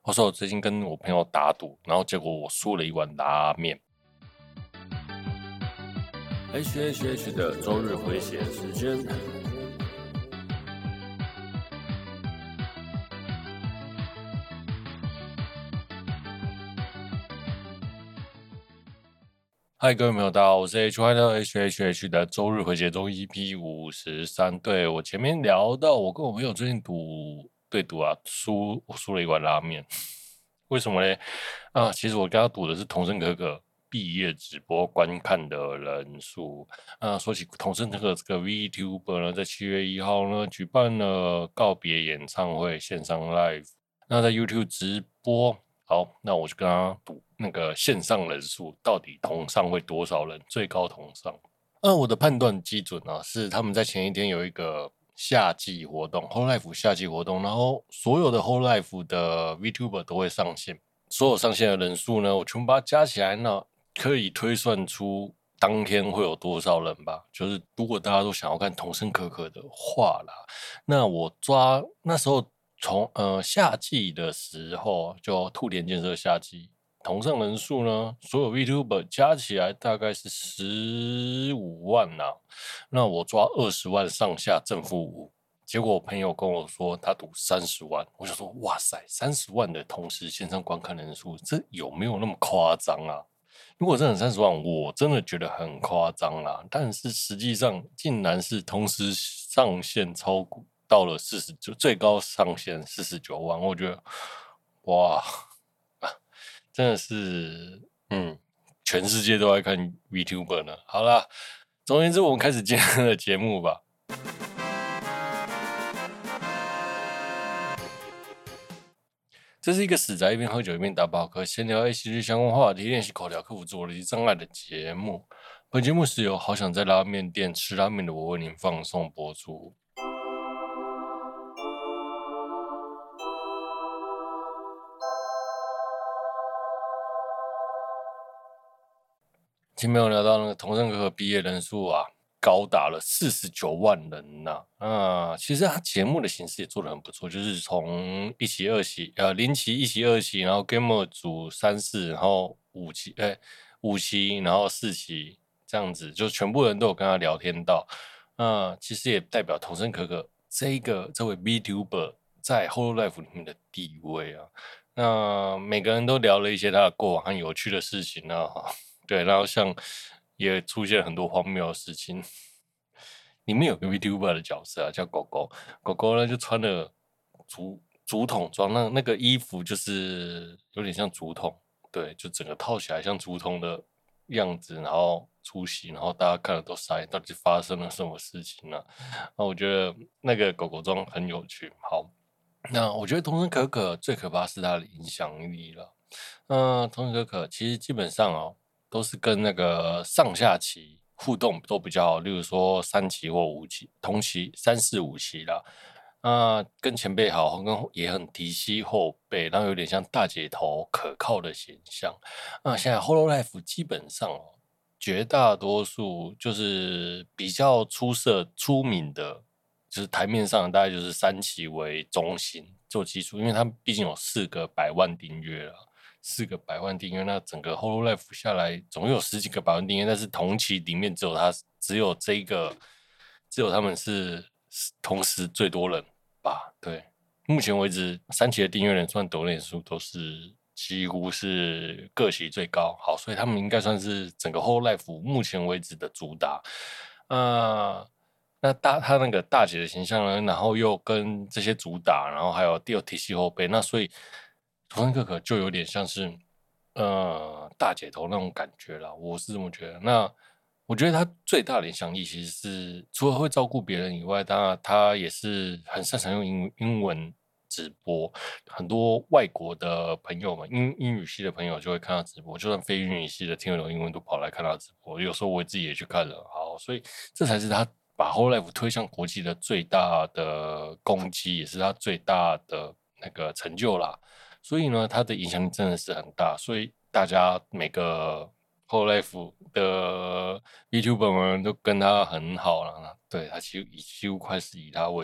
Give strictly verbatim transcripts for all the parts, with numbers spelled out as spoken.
话说我最近跟我朋友打赌，然后结果我输了一碗拉面。H H H 的周日回血时间。嗨，各位朋友，大家好，我是 H Y 的 H H H 的周日回血中 E P 五十三。对，我前面聊到，我跟我朋友最近赌对赌啊，输我输了一碗拉面。为什么呢？啊，其实我跟他赌的是童声可可毕业直播观看的人数。啊，说起童声可可这个 VTuber 呢，在七月一号呢举办了告别演唱会线上 live， 那在 YouTube 直播。好，那我就跟他赌那个线上人数到底同上会多少人，最高同上。那我的判断基准啊，是他们在前一天有一个夏季活动 ，Hololive 夏季活动，然后所有的 Hololive 的 VTuber 都会上线，所有上线的人数呢，我全部把它加起来呢，可以推算出当天会有多少人吧。就是如果大家都想要看童声可可的话啦，那我抓那时候。从呃夏季的时候，就兔田建设夏季同上人数呢，所有 VTuber 加起来大概是十五万呐、啊。那我抓二十万上下正负五，结果我朋友跟我说他赌三十万，我就说哇塞，三十万的同时线上观看人数，这有没有那么夸张啊？如果真的三十万，我真的觉得很夸张啦。但是实际上竟然是同时上线超过。到了四十九，最高上限四十九万，我觉得哇，真的是，嗯，全世界都在看 VTuber 呢。好啦，总而言之，我们开始今天的节目吧。这是一个死宅一边喝酒一边打保科闲聊 A C G 相关话题，练习口条，克服自我的障碍的节目。本节目是由好想在拉面店吃拉面的我为您放送播出。前面有聊到那个童声可可毕业人数啊，高达了四十九万人呐、啊。啊，其实他节目的形式也做得很不错，就是从一期、二期，呃，零期、一期、二期，然后 Gamer 组三四，然后五期，哎，五期，然后四期这样子，就全部人都有跟他聊天到。啊，其实也代表童声可可这一个这位 VTuber 在 Hololive 里面的地位啊。那每个人都聊了一些他的过往和有趣的事情啊。对，然后像也出现很多荒谬的事情。里面有个 VTuber 的角色啊，叫狗狗。狗狗呢就穿了竹竹筒装，那那个衣服就是有点像竹筒，对，就整个套起来像竹筒的样子，然后出席，然后大家看了都傻眼，到底发生了什么事情呢、啊？那我觉得那个狗狗装很有趣。好，那我觉得童声可可最可怕是它的影响力了。嗯，童声可可其实基本上哦。都是跟那个上下期互动都比较好，例如说三期或五期、同期三四五期啦，啊、跟前辈好，跟也很提携后辈，然后有点像大姐头可靠的形象。那现在 Hololive 基本上哦，绝大多数就是比较出色、出名的，就是台面上大概就是三期为中心做基础，因为它毕竟有四个百万订阅了。四个百万订阅，那整个 Hololive 下来总有十几个百万订阅，但是同期里面只有他，只有这一个，只有他们是同时最多人吧？对，目前为止三期的订阅人算抖内数都是几乎是各期最高，好，所以他们应该算是整个 Hololive 目前为止的主打。呃，那大他那个大姐的形象呢，然后又跟这些主打，然后还有第二体系后辈，那所以。童声可可就有点像是呃大姐头那种感觉啦，我是这么觉得。那我觉得他最大的影响力其实是除了会照顾别人以外，当然他也是很擅长用英英文直播。很多外国的朋友们，英英语系的朋友就会看他直播，就算非英语系的听得懂英文都跑来看他直播。有时候我自己也去看了，好，所以这才是他把 Hololive 推向国际的最大的攻击，也是他最大的那个成就啦。所以呢，它的影响力真的是很大，所以大家每个 Hololive 的 VTuber 们都跟他很好了，对他几乎几乎快是以他为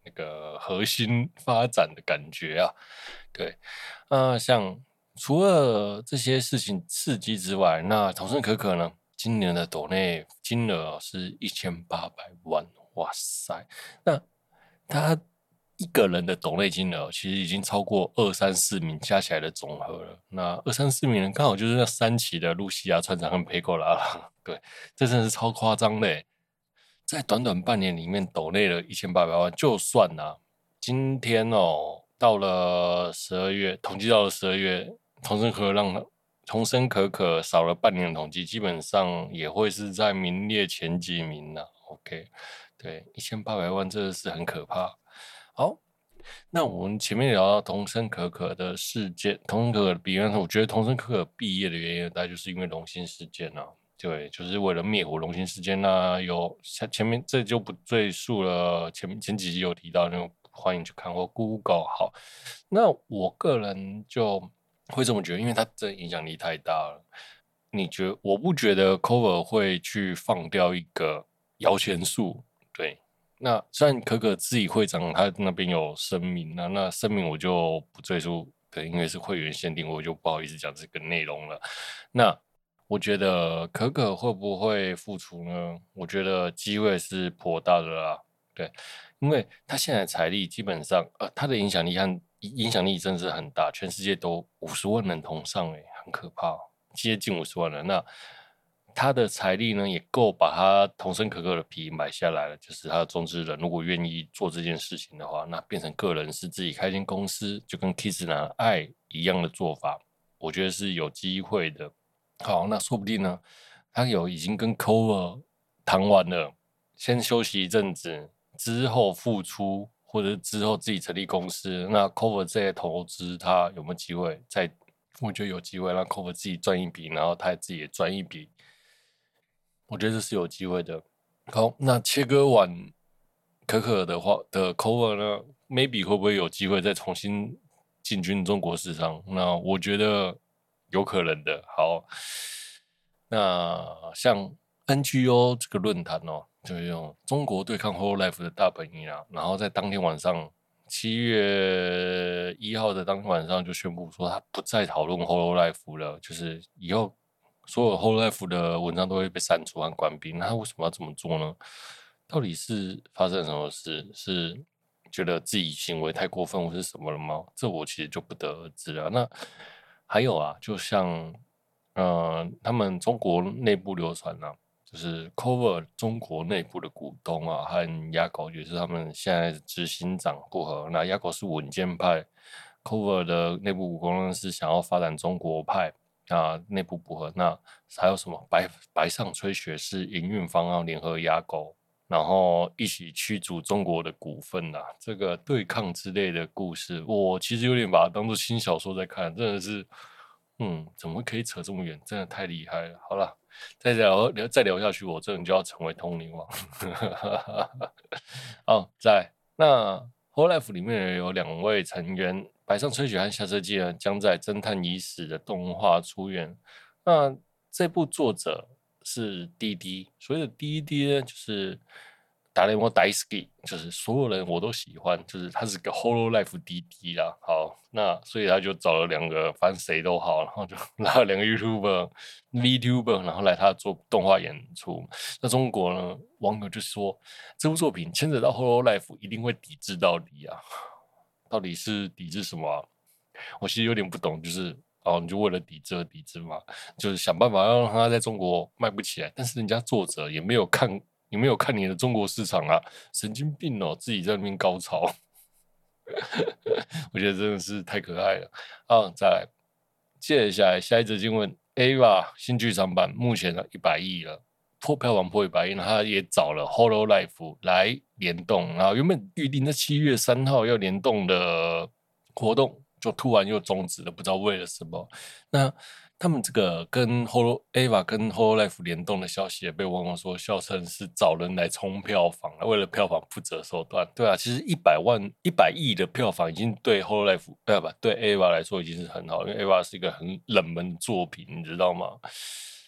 那个核心发展的感觉啊。对，呃，像除了这些事情刺激之外，那桐生可可呢，今年的抖内金额是一千八百万，哇塞！那他一个人的抖内金额其实已经超过二三四名加起来的总和了。那二三四名人刚好就是那三期的露西亚船长和佩狗拉了。对，这真的是超夸张的耶，在短短半年里面抖内了一千八百万，就算啊，今天哦到了十二月，统计到了十二月，桐生可可让桐生可可少了半年的统计，基本上也会是在名列前几名了。OK， 对，一千八百万真的是很可怕。好，那我们前面聊到桐生可可的事件，桐生可可的毕业，我觉得桐生可可毕业的原因大概就是因为龙兴事件啊。对，就是为了灭火龙兴事件，那有前面这就不赘述了，前前几集有提到，那种欢迎去看或 Google 好。那我个人就会这么觉得，因为它真的影响力太大了。你觉我不觉得 Cover 会去放掉一个摇钱树，对。那虽然可可自己会长他那边有声明啊，那声明我就不赘述，对，因为是会员限定，我就不好意思讲这个内容了。那我觉得可可会不会复出呢？我觉得机会是颇大的啦，对，因为他现在财力基本上，呃，他的影响力和影响力真的是很大，全世界都五十万人同上，诶，很可怕，接近五十万人。那他的财力呢，也够把他桐生可可的皮买下来了。就是他的中之人，如果愿意做这件事情的话，那变成个人是自己开间公司，就跟 Kizuna 爱一样的做法，我觉得是有机会的。好，那说不定呢，他有已经跟 Cover 谈完了，先休息一阵子，之后复出，或者之后自己成立公司。那 Cover 这些投资，他有没有机会再？我觉得有机会让 Cover 自己赚一笔，然后他自己也赚一笔。我觉得这是有机会的。好，那切割完可可的话的 cover 呢 ，maybe 会不会有机会再重新进军中国市场？那我觉得有可能的。好，那像 N G O 这个论坛哦，就是用中国对抗 Hololive 的大本营啊，然后在当天晚上七月一号的当天晚上就宣布说，他不再讨论 Hololive 了，就是以后所有 Hololive 的文章都会被删除和关闭。那他为什么要这么做呢？到底是发生什么事？是觉得自己行为太过分，或是什么了吗？这我其实就不得而知了。那还有啊，就像呃，他们中国内部流传啊，就是 Cover 中国内部的股东啊，和雅狗也是他们现在的执行长不合。那雅狗是稳健派 ，Cover 的内部股东是想要发展中国派。那内部不合，那还有什么白白上吹雪是营运方要联合雅狗，然后一起驱逐中国的股份啊，这个对抗之类的故事，我其实有点把它当做轻小说在看，真的是，嗯，怎么可以扯这么远？真的太厉害了。好了，再聊聊再聊下去，我真的就要成为通灵王。哦，在那 Hololive 里面有两位成员。白上吹雪和下车记呢，将在侦探已死的动画出演。那这部作者是滴滴，所谓的滴滴呢，就是达雷莫大好き，就是所有人我都喜欢，就是他是个 Hololive 滴滴啦。好，那所以他就找了两个，反正谁都好，然后就拉了两个 YouTuber、VTuber，然后来他做动画演出。那中国呢，网友就说这部作品牵扯到 Hololive，一定会抵制到底啊。到底是抵制什么啊？我其实有点不懂，就是哦，你就为了抵制而抵制嘛，就是想办法要让他在中国卖不起来，但是人家作者也没有看，也没有看你的中国市场啊，神经病哦，自己在那边高潮，我觉得真的是太可爱了啊！再来，接下来下一则新闻 ，A V A 新剧场版目前一百亿了。破票房破一百亿，他也找了 Hololive 来联动，然后原本预定在七月三号要联动的活动，就突然又终止了，不知道为了什么。那他们这个跟 Holo A V A 跟 Hololive 联动的消息也被网友说笑称是找人来冲票房，为了票房不择手段。对啊，其实一百万、一百亿的票房已经对 Hololive 对吧？对 A V A 来说已经是很好，因为 A V A 是一个很冷门的作品，你知道吗？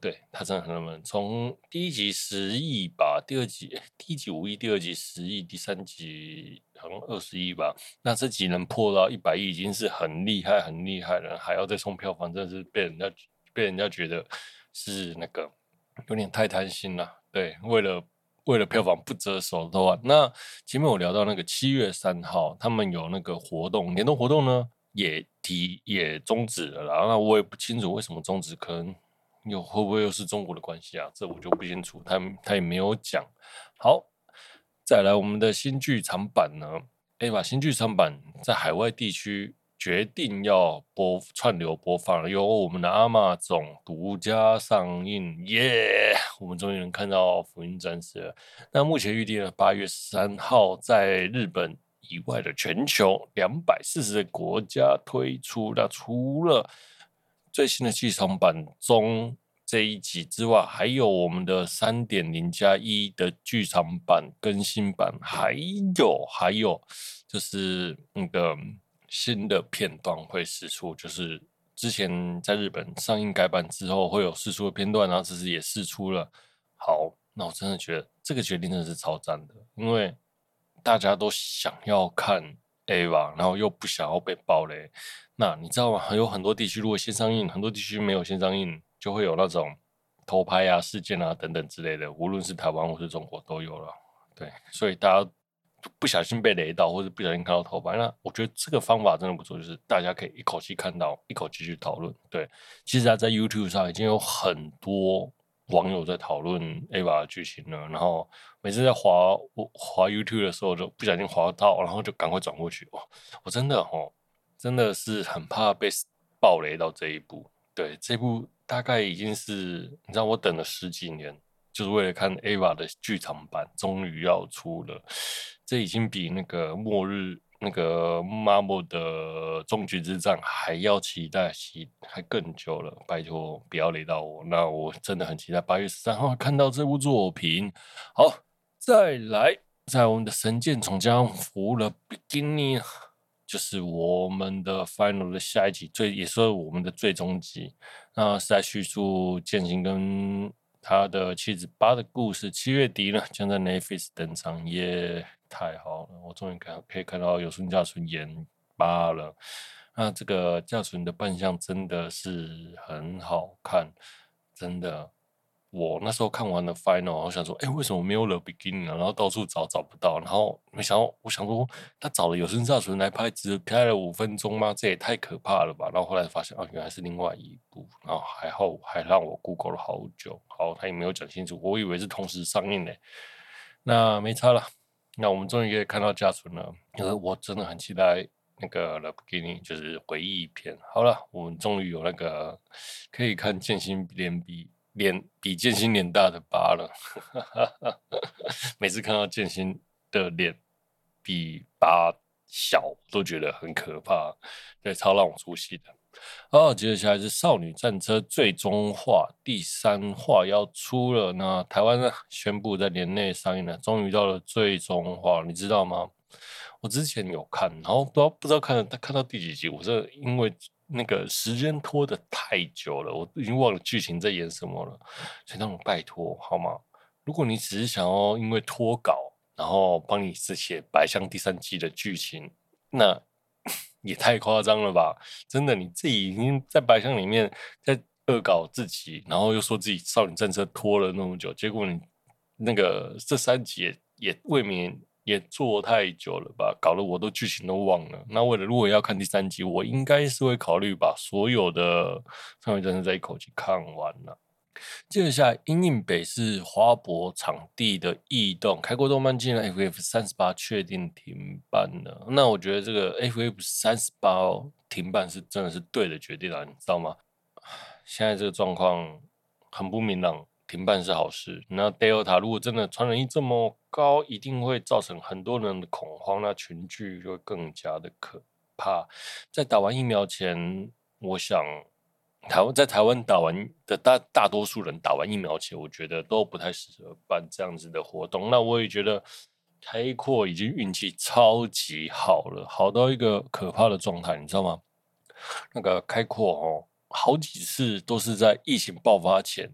对，它真的很热门。从第一集十亿吧，第二集第一集五亿，第二集十亿，第三集好像二十亿吧。那这集能破到一百亿，已经是很厉害、很厉害了，还要再冲票房，真的是被人家被人家觉得是那个有点太贪心了。对，为了为了票房不择手段。那前面我聊到那个七月三号，他们有那个活动，联动活动呢也提也终止了啦。那我也不清楚为什么终止，可能。又会不会又是中国的关系啊？这我就不清楚，他他也没有讲。好，再来我们的新剧场版呢？哎吧，新剧场版在海外地区决定要播串流播放了，由我们的阿玛总独家上映，耶！我们终于能看到《福音战士》了。那目前预定了八月三号在日本以外的全球两百四十个国家推出。那除了最新的剧场版中这一集之外，还有我们的 三点零 加一的剧场版更新版，还有还有就是那个新的片段会释出，就是之前在日本上映改版之后会有释出的片段，然后这次也释出了。好，那我真的觉得这个决定真的是超赞的，因为大家都想要看 A 吧，然后又不想要被爆雷。那你知道吗？有很多地区如果先上映，很多地区没有先上映，就会有那种偷拍啊、事件啊等等之类的，无论是台湾或是中国都有了。对，所以大家不小心被雷到，或者不小心看到偷拍，那我觉得这个方法真的不错，就是大家可以一口气看到，一口气去讨论。对，其实啊，在 YouTube 上已经有很多网友在讨论 A V A 的剧情了，然后每次在滑滑 YouTube 的时候，就不小心滑到，然后就赶快转过去。哦，我真的哦。真的是很怕被爆雷到这一步。对，这部大概已经是你知道我等了十几年，就是为了看 A V A 的剧场版，终于要出了。这已经比那个末日那个 Marvel 的终局之战还要期待，期还更久了。拜托不要雷到我，那我真的很期待八月十三号看到这部作品。好，再来，在我们的神剑闯江湖了 Beginning。就是我们的 final 的下一集，最也是我们的最终集。那是在叙述剑心跟他的妻子八的故事。七月底呢，将在 Netflix 登场，耶，太好了！我终于看可以看到有村架纯演八了。那这个架纯的扮相真的是很好看，真的。我那时候看完了 final， 我想说，哎、欸，为什么没有了 beginning 啊？然后到处找找不到，然后没想到，我想说，他找了有村架纯来拍，只拍了五分钟吗？这也太可怕了吧！然后后来发现，啊，原来是另外一部，然后还好还让我 Google 了好久，好，他也没有讲清楚，我以为是同时上映嘞。那没差了，那我们终于可以看到架纯了，因为我真的很期待那个 The Beginning， 就是回忆片。好了，我们终于有那个可以看剑心连比。脸比剑心脸大的八了，每次看到剑心的脸比八小，都觉得很可怕，对，超让我出戏的。好，接下来是《少女战车》最终话第三话要出了，那台湾呢宣布在年内上映了，终于到了最终话，你知道吗？我之前有看，然后不知道不知道看看到第几集，我是因为那个时间拖得太久了，我已经忘了剧情在演什么了。所以那种拜托好吗？如果你只是想要因为脱稿，然后帮你写《白箱》第三季的剧情，那也太夸张了吧！真的，你自己已经在《白箱》里面在恶搞自己，然后又说自己少女战车拖了那么久，结果你那个这三集也也未免也做太久了吧，搞得我都剧情都忘了。那为了如果要看第三集，我应该是会考虑把所有的少女战车在一口气看完了。接下来，因应北市花博场地的异动，开国动漫竟然 F F 三十八确定停办了。那我觉得这个 F F 三十八停办是真的是对的决定啊，你知道吗？现在这个状况很不明朗，停办是好事。那 Delta 如果真的传染力这么高，一定会造成很多人的恐慌，那群聚就会更加的可怕。在打完疫苗前，我想。台湾在台湾打完的大大多数人打完疫苗前，我觉得都不太适合办这样子的活动。那我也觉得开阔已经运气超级好了，好到一个可怕的状态，你知道吗？那个开阔哦，好几次都是在疫情爆发前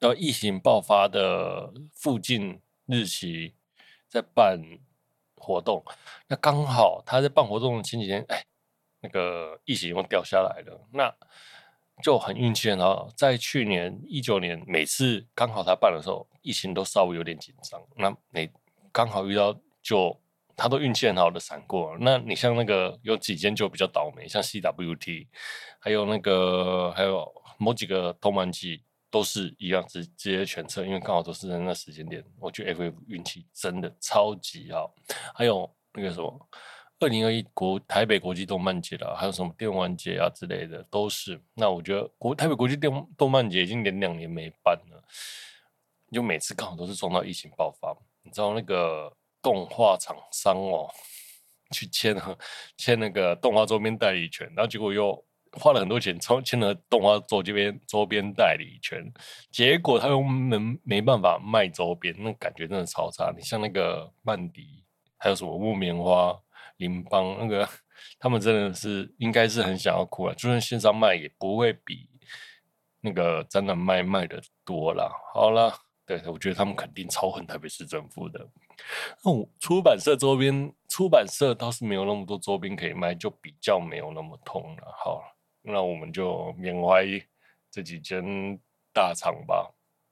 然后疫情爆发的附近日期在办活动，那刚好他在办活动的前几天，哎，那个疫情又掉下来了，那就很运气很好。在去年一九年，每次刚好他办的时候，疫情都稍微有点紧张，那每刚好遇到就他都运气很好的闪过。那你像那个有几间就比较倒霉，像 C W T， 还有那个还有某几个动漫季都是一样直直接全撤，因为刚好都是在那时间点。我觉得 F F 运气真的超级好。还有那个什么二零二一国台北国际动漫节啦，还有什么电玩节啊之类的都是。那我觉得国台北国际电动漫节已经连两年没办了，就每次刚好都是撞到疫情爆发。你知道那个动画厂商哦，去签了签那个动画周边代理权，然后结果又花了很多钱签了动画周边周边代理权，结果他又没没办法卖周边，那感觉真的超差。你像那个曼迪，还有什么木棉花、林邦，那个他们真的是应该是很想要哭了，就算线上卖也不会比那个展览卖卖的多啦。好啦，对，我觉得他们肯定超恨台北市政府的。哦，出版社周边，出版社倒是没有那么多周边可以卖，就比较没有那么痛了。好，那我们就缅怀这几间大厂吧。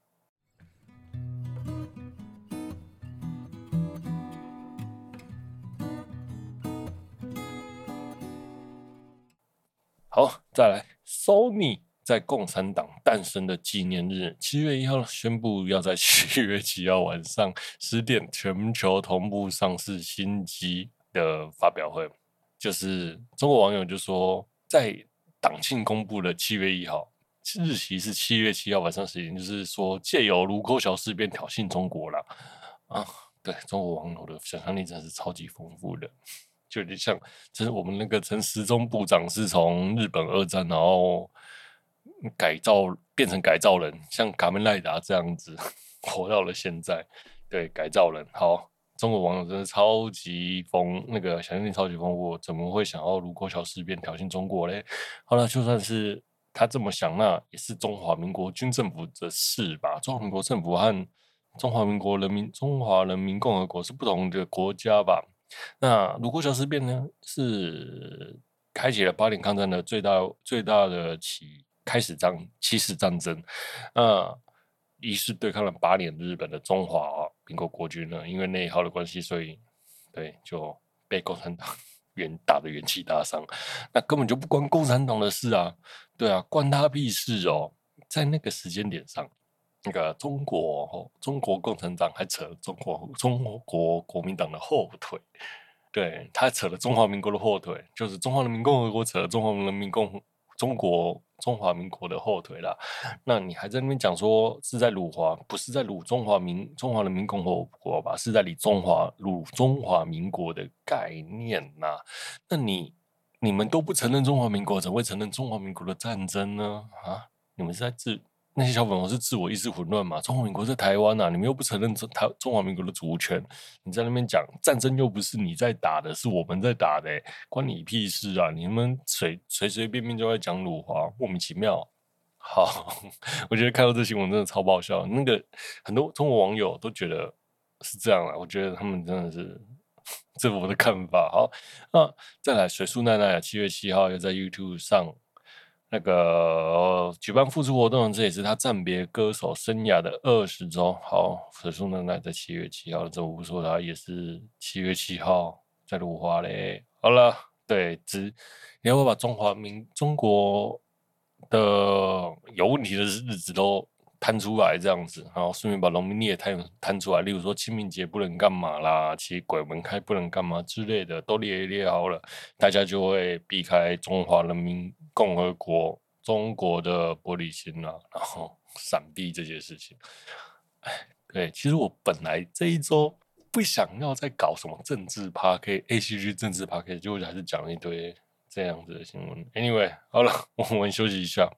好，再来 ，Sony 在共产党诞生的纪念日，七月一号宣布要在七月七号晚上十点全球同步上市新机的发表会。就是中国网友就说，在党庆公布的七月一号，日期是七月七号晚上十点，就是说借由卢沟桥事变挑衅中国啦。啊，对，中国网友的想象力真的是超级丰富的。就有点像，就是我们那个陈时中部长是从日本二战，然后改造变成改造人，像卡门赖达这样子活到了现在。对，改造人。好，中国网友真的超级丰，那个想象力超级丰富，怎么会想要卢沟桥事变挑衅中国嘞？好了，就算是他这么想，那也是中华民国军政府的事吧？中华民国政府和中华民国人民中华人民共和国是不同的国家吧？那卢沟桥事变呢，是开启了八年抗战的最大最大的起开始战起始战争。那一是对抗了八年日本的中华民国国军呢，因为内耗的关系，所以对就被共产党元打的元气大伤。那根本就不关共产党的事啊，对啊，关他屁事哦！在那个时间点上。那个中国、哦、中国共产党还扯中国中国国民党的后腿，对，他扯了中华民国的后腿，就是中华人民共和国扯了中华人民共中国中华民国的后腿啦。那你还在那边讲说是在辱华，不是在辱中华民中华人民共和国吧？是在辱中华辱中华民国的概念呐、啊。那你你们都不承认中华民国，怎么会承认中华民国的战争呢？啊，你们是在自那些小粉红是自我意识混乱嘛？中华民国在台湾啊，你们又不承认台中华民国的主权，你在那边讲战争又不是你在打的，是我们在打的、欸，关你屁事啊！你们随随随便便就在讲辱华，莫名其妙。好，我觉得看到这新闻真的超爆笑。那个很多中国网友都觉得是这样啊，我觉得他们真的是这是我的看法。好，那再来水树奈奈啊，七月七号要在 YouTube 上。那个、呃、举办复出活动，这也是他暂别歌手生涯的二十周。好，水树奈奈在七月七号，这我不说他也是七月七号在入花嘞。好了，对，只你要不要把中华民中国的有问题的日子都摊出来，这样子，然后顺便把农民历也摊摊出来，例如说清明节不能干嘛啦，其实鬼门开不能干嘛之类的，都列一列好了，大家就会避开中华人民共和国中国的玻璃心啦，然后闪避这些事情。哎，对，其实我本来这一周不想要再搞什么政治 P A R K A C G 政治 P A R K， 结果还是讲一堆这样子的新闻。Anyway， 好了，我们休息一下。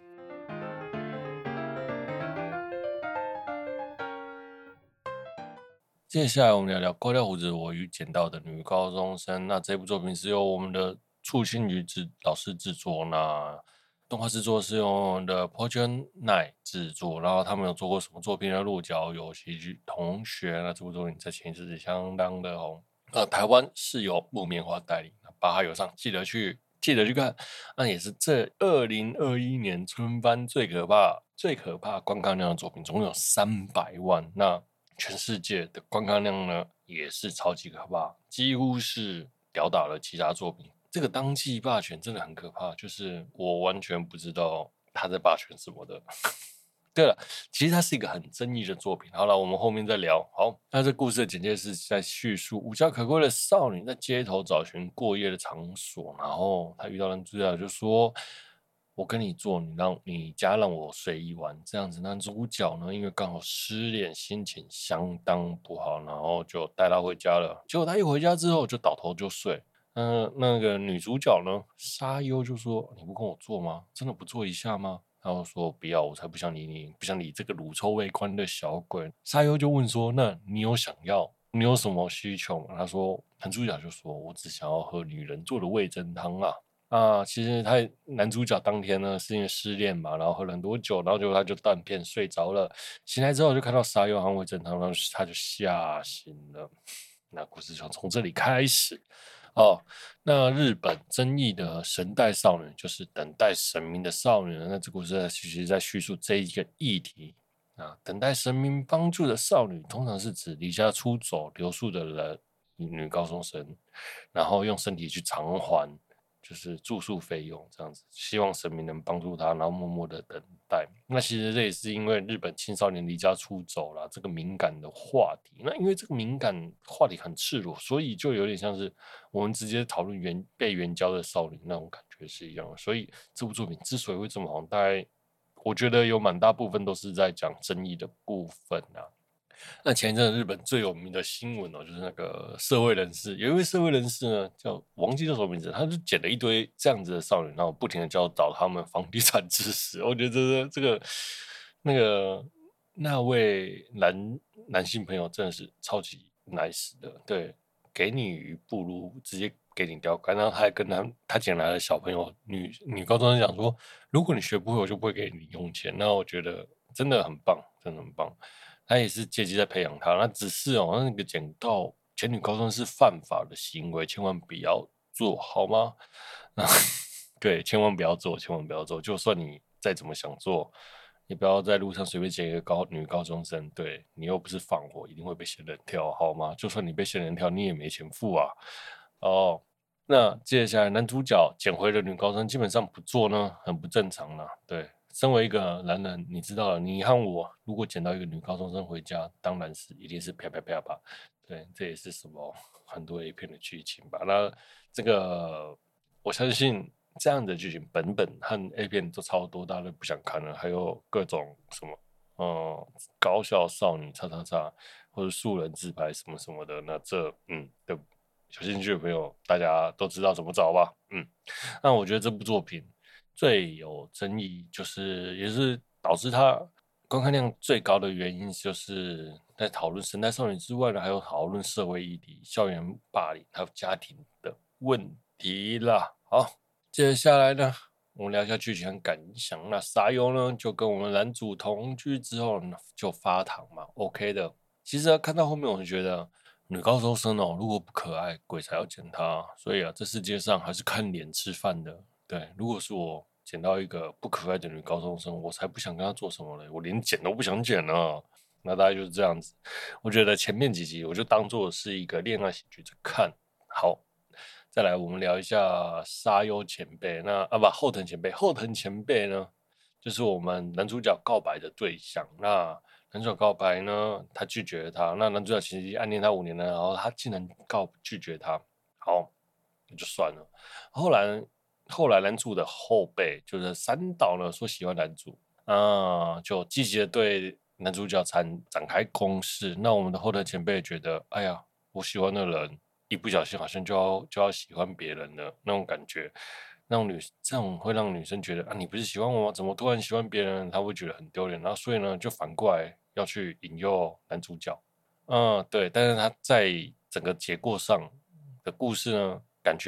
接下来我们聊聊《高调胡子我与捡到的女高中生》。那这部作品是由我们的处心女子老师制作。那动画制作是用的 Project Nine 制作，然后他们有做过什么作品呢？鹿角有喜剧同学，那这部作品在前一阵子相当的红。呃，台湾是由木棉花代理，巴哈有上，记得去记得去看。那也是这二零二一年春番最可怕、最可怕观看量的作品，总共有三百万。那全世界的观看量呢，也是超级可怕，几乎是吊打了其他作品。这个当季霸权真的很可怕，就是我完全不知道他在霸权什么的。对了，其实它是一个很争议的作品。好了，我们后面再聊。好，那这故事的简介是在叙述无家可归的少女在街头找寻过夜的场所，然后她遇到男主角就说：“我跟你做，你让你家让我睡一晚。”这样子，男主角呢，因为刚好失恋，心情相当不好，然后就带她回家了。结果他一回家之后就倒头就睡。嗯，那个女主角呢，沙优就说：“你不跟我做吗？真的不做一下吗？”然后说：“不要，我才不想理你，不想理这个乳臭未干的小鬼。”沙优就问说：“那你有想要，你有什么需求吗？”他说：“男主角就说，我只想要喝女人做的味噌汤啊。”啊，其实他男主角当天呢是因为失恋嘛，然后喝了很多酒，然后结果他就断片睡着了。醒来之后就看到沙优和味噌汤，然后他就吓醒了。那故事就从这里开始。哦，那日本争议的神代少女就是等待神明的少女呢。那这故事其实在叙述这一个议题啊，等待神明帮助的少女，通常是指离家出走、留宿的人，女高中生，然后用身体去偿还，就是住宿费用这样子，希望神明能帮助她，然后默默的等待。那其实这也是因为日本青少年离家出走啦，这个敏感的话题。那因为这个敏感话题很赤裸，所以就有点像是我们直接讨论援被援交的少女那种感觉是一样的。所以这部作品之所以会这么红，大概我觉得有蛮大部分都是在讲争议的部分啊。那前一阵日本最有名的新闻哦，就是那个社会人士，有一位社会人士呢，叫忘记叫什么名字，他就捡了一堆这样子的少女，然后不停的教导他们房地产知识。我觉得这个这个那个那位男男性朋友真的是超级 nice 的，对，给你鱼不如直接给你钓竿。然后他还跟他他捡来的小朋友女女高中生讲说，如果你学不会，我就不会给你零用钱。那我觉得真的很棒，真的很棒。他也是借机在培养他，那只是哦，那个捡到前女高中是犯法的行为，千万不要做好吗？对，千万不要做，千万不要做。就算你再怎么想做，也不要在路上随便捡一个高女高中生，对你又不是放火，一定会被仙人跳，好吗？就算你被仙人跳，你也没钱付啊。哦，那接下来男主角捡回了女高中，基本上不做呢，很不正常啦。对，身为一个男人，你知道了，你和我如果捡到一个女高中生回家，当然是一定是啪啪啪吧。对，这也是什么很多 A 片的剧情吧。那这个我相信这样的剧情本本和 A 片都超多，大家都不想看了。还有各种什么，嗯，高校少女叉叉叉，或者素人自拍什么什么的，那这嗯的有兴趣的朋友，大家都知道怎么找吧？嗯，那我觉得这部作品最有争议，就是也是导致它观看量最高的原因，就是在讨论神代少女之外呢，还有讨论社会议题、校园霸凌，还有家庭的问题啦。好，接下来呢，我们聊一下剧情和感想。那沙优呢，就跟我们男主同居之后呢，就发糖嘛，OK 的。其实、啊、看到后面，我就觉得女高中生哦，如果不可爱，鬼才要捡她。所以啊，这世界上还是看脸吃饭的。对，如果是我捡到一个不可爱的女高中生，我才不想跟她做什么嘞，我连捡都不想捡呢。那大概就是这样子。我觉得前面几集我就当做是一个恋爱喜剧在看。好，再来我们聊一下沙优前辈。那啊不，后藤前辈，后藤前辈呢，就是我们男主角告白的对象。那男主角告白呢，他拒绝了他。那男主角其实暗恋他五年了，然后他竟然告拒绝他。好，那就算了。后来后来男主的后辈就是三岛呢，说喜欢男主啊，就积极的对男主角展展开攻势。那我们的后藤前辈觉得，哎呀，我喜欢的人一不小心好像就要就要喜欢别人了那种感觉。那种女这种会让女生觉得啊，你不是喜欢我吗？怎么突然喜欢别人？她会觉得很丢脸。然后所以呢，就反过来要去引诱男主角。嗯，对，但是他在整个结构上的故事呢，感觉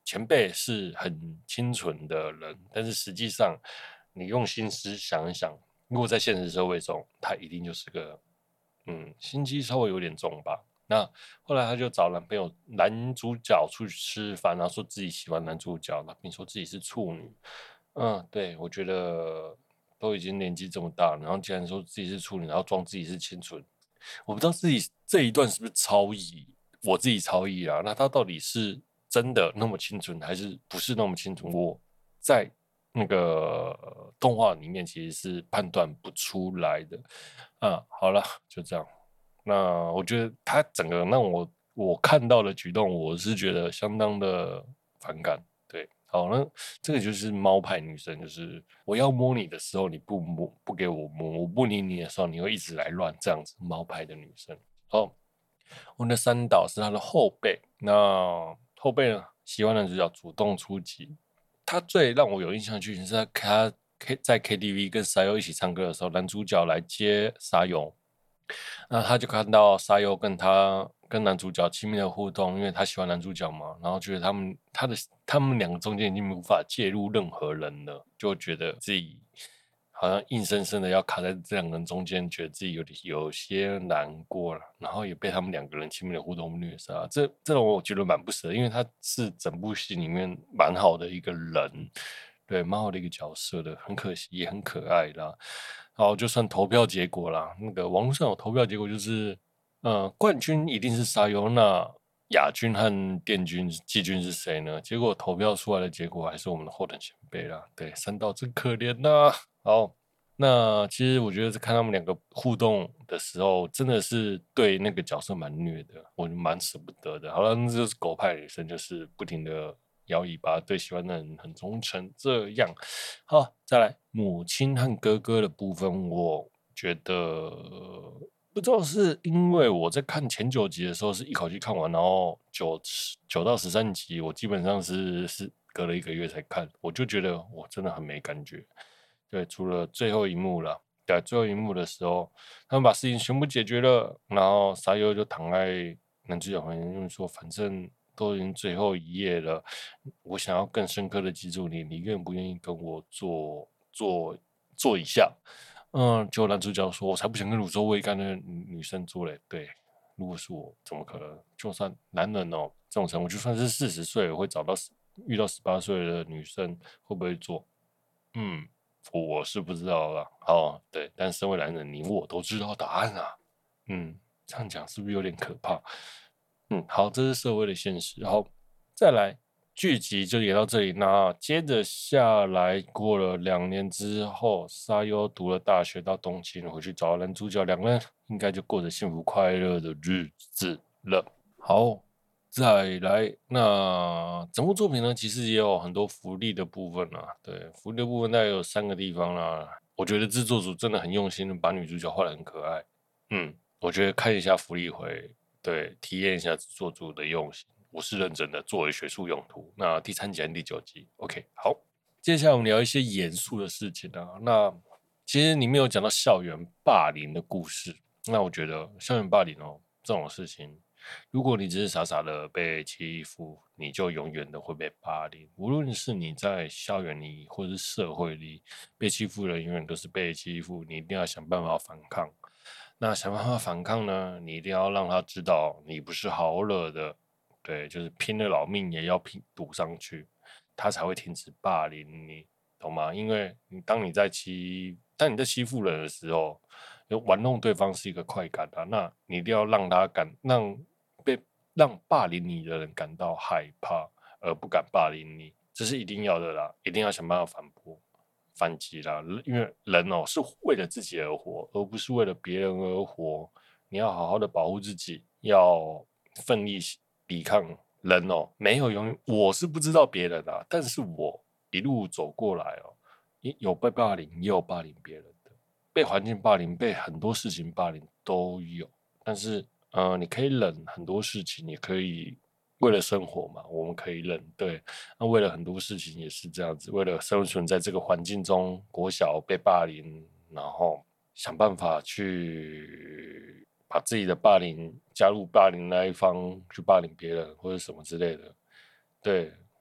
前辈是很清纯的人，但是实际上你用心思想一想，如果在现实社会中，他一定就是个嗯心机稍微有点重吧。那后来他就找男朋友男主角出去吃饭，然后说自己喜欢男主角，并说自己是处女。嗯，对，我觉得都已经年纪这么大了，然后竟然说自己是处女，然后装自己是清纯，我不知道自己这一段是不是超译，我自己超译啊。那他到底是真的那么清纯，还是不是那么清纯？我在那个呃动画里面其实是判断不出来的。啊，好了，就这样。那我觉得他整个让我我看到的举动，我是觉得相当的反感。对，好，那这个就是猫派女生，就是我要摸你的时候你不摸不给我摸，我不理你的时候你会一直来乱，这样子猫派的女生。好，我们的三岛是他的后辈，那后辈呢喜欢的主角主动出击。他最让我有印象的剧情是在他在 K T V 跟沙优一起唱歌的时候，男主角来接沙优，那他就看到沙优跟他跟男主角亲密的互动，因为他喜欢男主角嘛，然后觉得他们他的他们两个中间已经无法介入任何人了，就觉得自己好像硬生生的要卡在这两个人中间，觉得自己有点有些难过了，然后也被他们两个人亲密的互动虐杀，这这种我觉得蛮不舍，因为他是整部戏里面蛮好的一个人。对，蛮好的一个角色的，很可惜，也很可爱啦。然后就算投票结果啦，那个网络上有投票结果就是，呃，冠军一定是沙优，那亚军和殿军、季军是谁呢？结果投票出来的结果还是我们的后藤前辈啦。对，三岛真可怜呐、好，那其实我觉得是看他们两个互动的时候，真的是对那个角色蛮虐的，我蛮舍不得的。好了，那就是狗派女生，就是不停的摇尾巴，对喜欢的人很忠诚，这样。好，再来母亲和哥哥的部分，我觉得不知道是因为我在看前九集的时候是一口气看完，然后九九到十三集，我基本上是是隔了一个月才看，我就觉得我真的很没感觉。对，除了最后一幕了，对，最后一幕的时候，他们把事情全部解决了，然后沙优就躺在男主角旁边，就说：“反正都已经最后一页了，我想要更深刻的记住你，你愿不愿意跟我做做做一下？”嗯，结果男主角说：“我才不想跟卤周未干的女生做嘞。”对，如果是我，怎么可能？就算男人哦，这种程度，就算是四十岁会找到遇到十八岁的女生，会不会做？嗯。我是不知道啦，哦，对，但身为男人，你我都知道答案啊。嗯，这样讲是不是有点可怕？嗯，好，这是社会的现实。然后再来，剧集就演到这里。那接着下来，过了两年之后，沙优读了大学，到东京回去找男主角，两个人应该就过着幸福快乐的日子了。好，再来，那整部作品呢，其实也有很多福利的部分啊。对，福利的部分大概有三个地方啦。我觉得制作组真的很用心的把女主角画得很可爱。嗯，我觉得看一下福利会，对，体验一下制作组的用心。我是认真的，作为学术用途。那第三集和第九集，OK，好，接下来我们聊一些严肃的事情啊。那其实里面有讲到校园霸凌的故事，那我觉得校园霸凌哦这种事情。如果你只是傻傻的被欺负，你就永远的会被霸凌。无论是你在校园里或者是社会里，被欺负的人永远都是被欺负，你一定要想办法反抗。那想办法反抗呢？你一定要让他知道你不是好惹的，对，就是拼了老命也要拼赌上去，他才会停止霸凌你，懂吗？因为你当你在欺当你在欺负人的时候，玩弄对方是一个快感啊，那你一定要让他感让。被让霸凌你的人感到害怕，而不敢霸凌你，这是一定要的啦，一定要想办法反驳、反击啦。因为人哦是为了自己而活，而不是为了别人而活。你要好好的保护自己，要奋力抵抗。人哦，没有永远，我是不知道别人啊，但是我一路走过来哦，有被霸凌，也有霸凌别人的，被环境霸凌，被很多事情霸凌都有，但是。呃，你可以忍很多事情，也可以为了生活嘛，我们可以忍。对，那为了很多事情也是这样子，为了生存在这个环境中，国小被霸凌，然后想办法去把自己的霸凌加入霸凌那一方，去霸凌别人或者什么之类的。对，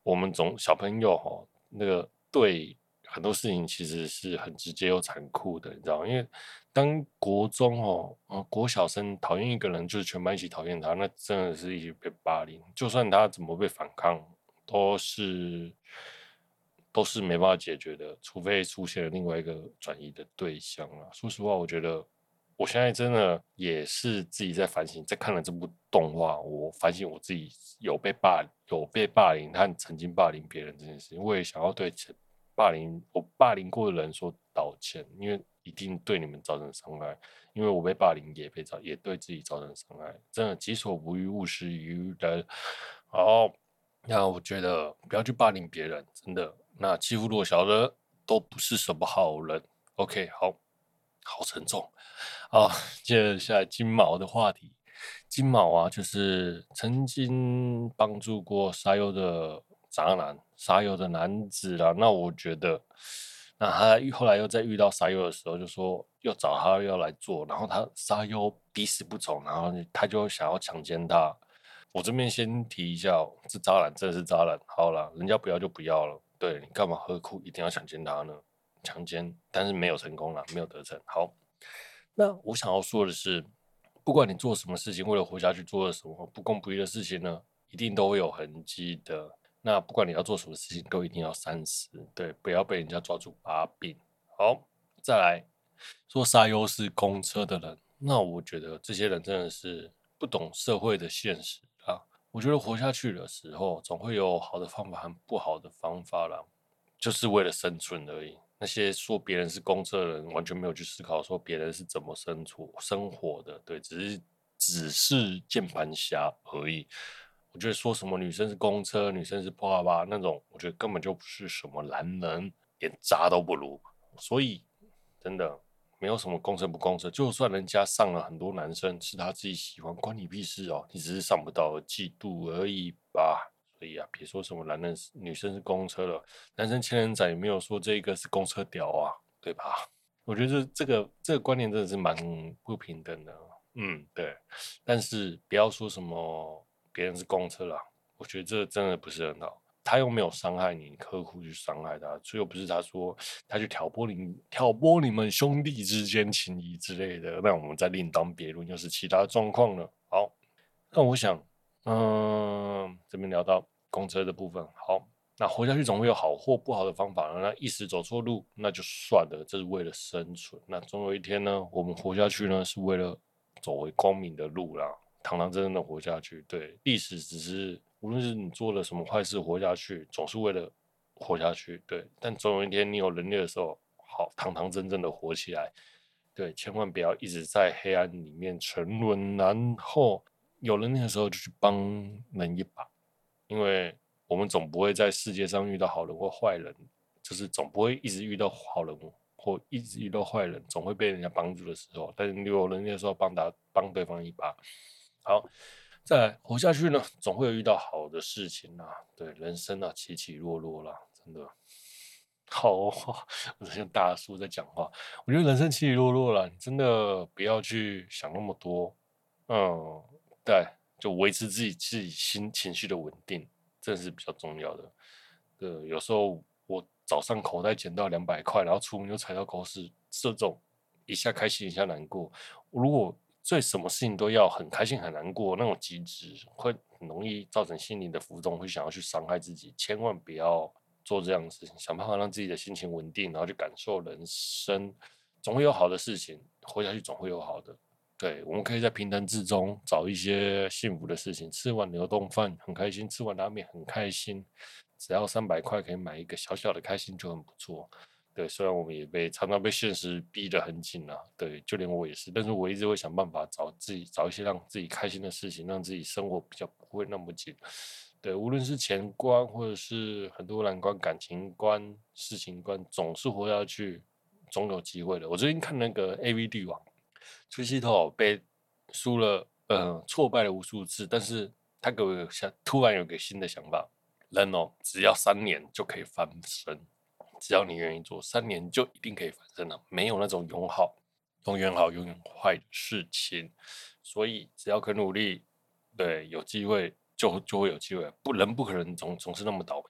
我们总小朋友哈，那个对很多事情其实是很直接又残酷的，你知道吗？因为当国中哦，呃，国小生讨厌一个人，就是全班一起讨厌他，那真的是一起被霸凌。就算他怎么被反抗，都是都是没办法解决的，除非出现了另外一个转移的对象啊。说实话，我觉得我现在真的也是自己在反省，在看了这部动画，我反省我自己有被霸有被霸凌和曾经霸凌别人这件事情，我也想要对霸凌我霸凌过的人说道歉，因为一定对你们造成伤害，因为我被霸凌也被造也对自己造成伤害，真的己所不欲，勿施于人。好，那我觉得不要去霸凌别人，真的，那欺负弱小的都不是什么好人。OK，好，好沉重。好，接下来金毛的话题。金毛啊，就是曾经帮助过沙优的渣男，沙优的男子啦。那我觉得，那他后来又在遇到沙优的时候，就说又找他要来做，然后他沙优逼死不从，然后他就想要强奸他。我这边先提一下哦，这渣男真的是渣男。好了，人家不要就不要了，对你干嘛何苦一定要强奸他呢？强奸，但是没有成功了，没有得逞。好，那我想要说的是，不管你做什么事情，为了活下去做了什么不公不义的事情呢，一定都会有痕迹的。那不管你要做什么事情，都一定要三思，对，不要被人家抓住把柄。好，再来说沙优是公车的人，那我觉得这些人真的是不懂社会的现实啊。我觉得活下去的时候，总会有好的方法和不好的方法啦，就是为了生存而已。那些说别人是公车的人，完全没有去思考说别人是怎么生活生活的，对，只是只是键盘侠而已。我觉得说什么女生是公车，女生是破爸爸那种，我觉得根本就不是什么男人，连渣都不如。所以真的没有什么公车不公车，就算人家上了很多男生是他自己喜欢，关你屁事哦，你只是上不到嫉妒而已吧。所以啊，别说什么男人是女生是公车了，男生千人斩也没有说这个是公车屌啊，对吧？我觉得这个这个观念真的是蛮不平等的。嗯，对。但是不要说什么别人是公车啦，我觉得这真的不是很好。他又没有伤害你，你刻苦去伤害他，所以又不是他说他去挑拨你挑拨你们兄弟之间情谊之类的，那我们再另当别论，又是其他状况了。好，那我想，嗯，这边聊到公车的部分，好，那活下去总会有好或不好的方法，那一时走错路那就算了，这是为了生存。那总有一天呢，我们活下去呢，是为了走为光明的路啦，堂堂正正的活下去。对，历史只是无论是你做了什么坏事活下去，总是为了活下去。对，但总有一天你有能力的时候，好堂堂正正的活起来。对，千万不要一直在黑暗里面沉沦，然后有能力的时候就去帮人一把，因为我们总不会在世界上遇到好人或坏人，就是总不会一直遇到好人或一直遇到坏人，总会被人家帮助的时候，但是你有能力的时候帮他帮对方一把。好，再来活下去呢，总会有遇到好的事情啊，对，人生啊起起落落啦，真的。好哦，我像大叔在讲话。我觉得人生起起落落了，你真的不要去想那么多。嗯，对，就维持自己自己心情绪的稳定，这是比较重要的。对，有时候我早上口袋捡到两百块，然后出门就踩到狗屎，这种一下开心一下难过。如果对什么事情都要很开心很难过，那种极致会很容易造成心灵的浮动，会想要去伤害自己。千万不要做这样的事情，想办法让自己的心情稳定，然后去感受人生，总会有好的事情，活下去总会有好的。对，我们可以在平淡之中找一些幸福的事情。吃完牛冻饭很开心，吃完拉面很开心，只要三百块可以买一个小小的开心就很不错。对，虽然我们也被常常被现实逼得很紧啊，对，就连我也是，但是我一直会想办法找自己找一些让自己开心的事情，让自己生活比较不会那么紧。对，无论是钱观或者是很多难关、感情观、事情观，总是活下去，总有机会的。我最近看那个 A V 帝王，崔西头被输了，呃，挫败了无数次，但是他给我想突然有个新的想法，人哦，只要三年就可以翻身。只要你愿意做，三年就一定可以翻身了，没有那种永好、永远好、永远坏的事情。所以只要肯努力，对，有机会就就会有机会。不人不可能总总是那么倒霉，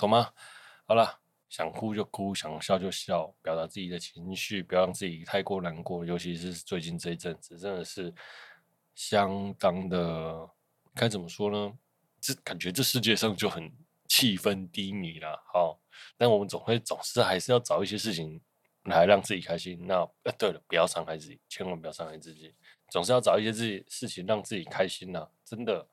懂吗？好啦，想哭就哭，想笑就笑，表达自己的情绪，不要让自己太过难过。尤其是最近这一阵子，真的是相当的，该怎么说呢？这感觉这世界上就很气氛低迷啦。好，但我们总会总是还是要找一些事情来让自己开心。那呃，对了，不要伤害自己，千万不要伤害自己，总是要找一些自己事情让自己开心呐、真的。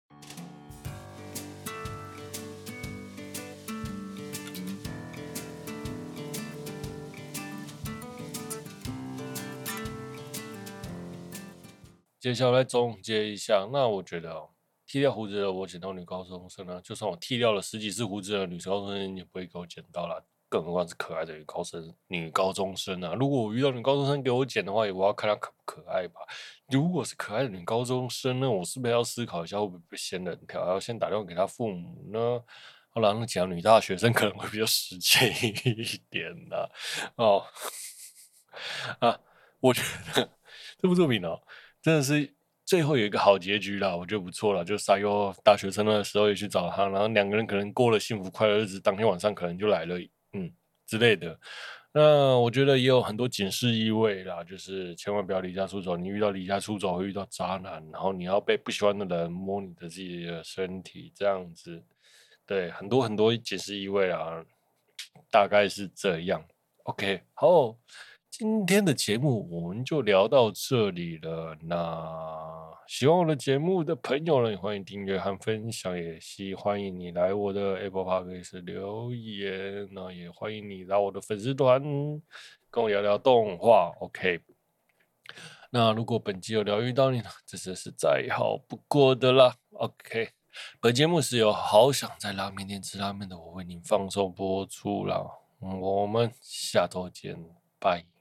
接下来总结一下，那我觉得哦，剃掉胡子的我捡到女高中生呢，就算我剃掉了十几次胡子的女高中生，也不会给我捡到啦。更何况是可爱的女高生、女高中生啊！如果我遇到女高中生给我剪的话，我要看她可不可爱吧。如果是可爱的女高中生呢，我是不是要思考一下会不会被仙人跳？要先打电话给她父母呢？好了，那讲女大学生可能会比较实际一点啦。哦，啊，我觉得这部作品哦，真的是最后有一个好结局啦，我觉得不错啦。就沙优大学生的时候也去找他，然后两个人可能过了幸福快乐日子，当天晚上可能就来了，嗯之类的。那我觉得也有很多警示意味啦，就是千万不要离家出走。你遇到离家出走会遇到渣男，然后你要被不喜欢的人摸你的自己的身体，这样子。对，很多很多警示意味啊，大概是这样。OK，好，今天的节目我们就聊到这里了。那喜欢我的节目的朋友呢，也欢迎订阅和分享，也希欢迎你来我的 Apple Podcast 留言，那也欢迎你来我的粉丝团跟我聊聊动画。OK，那如果本集有疗愈到你呢，这真是再好不过的啦。OK，本节目是由好想在拉面店吃拉面的我为您放送播出啦。我们下周见，拜。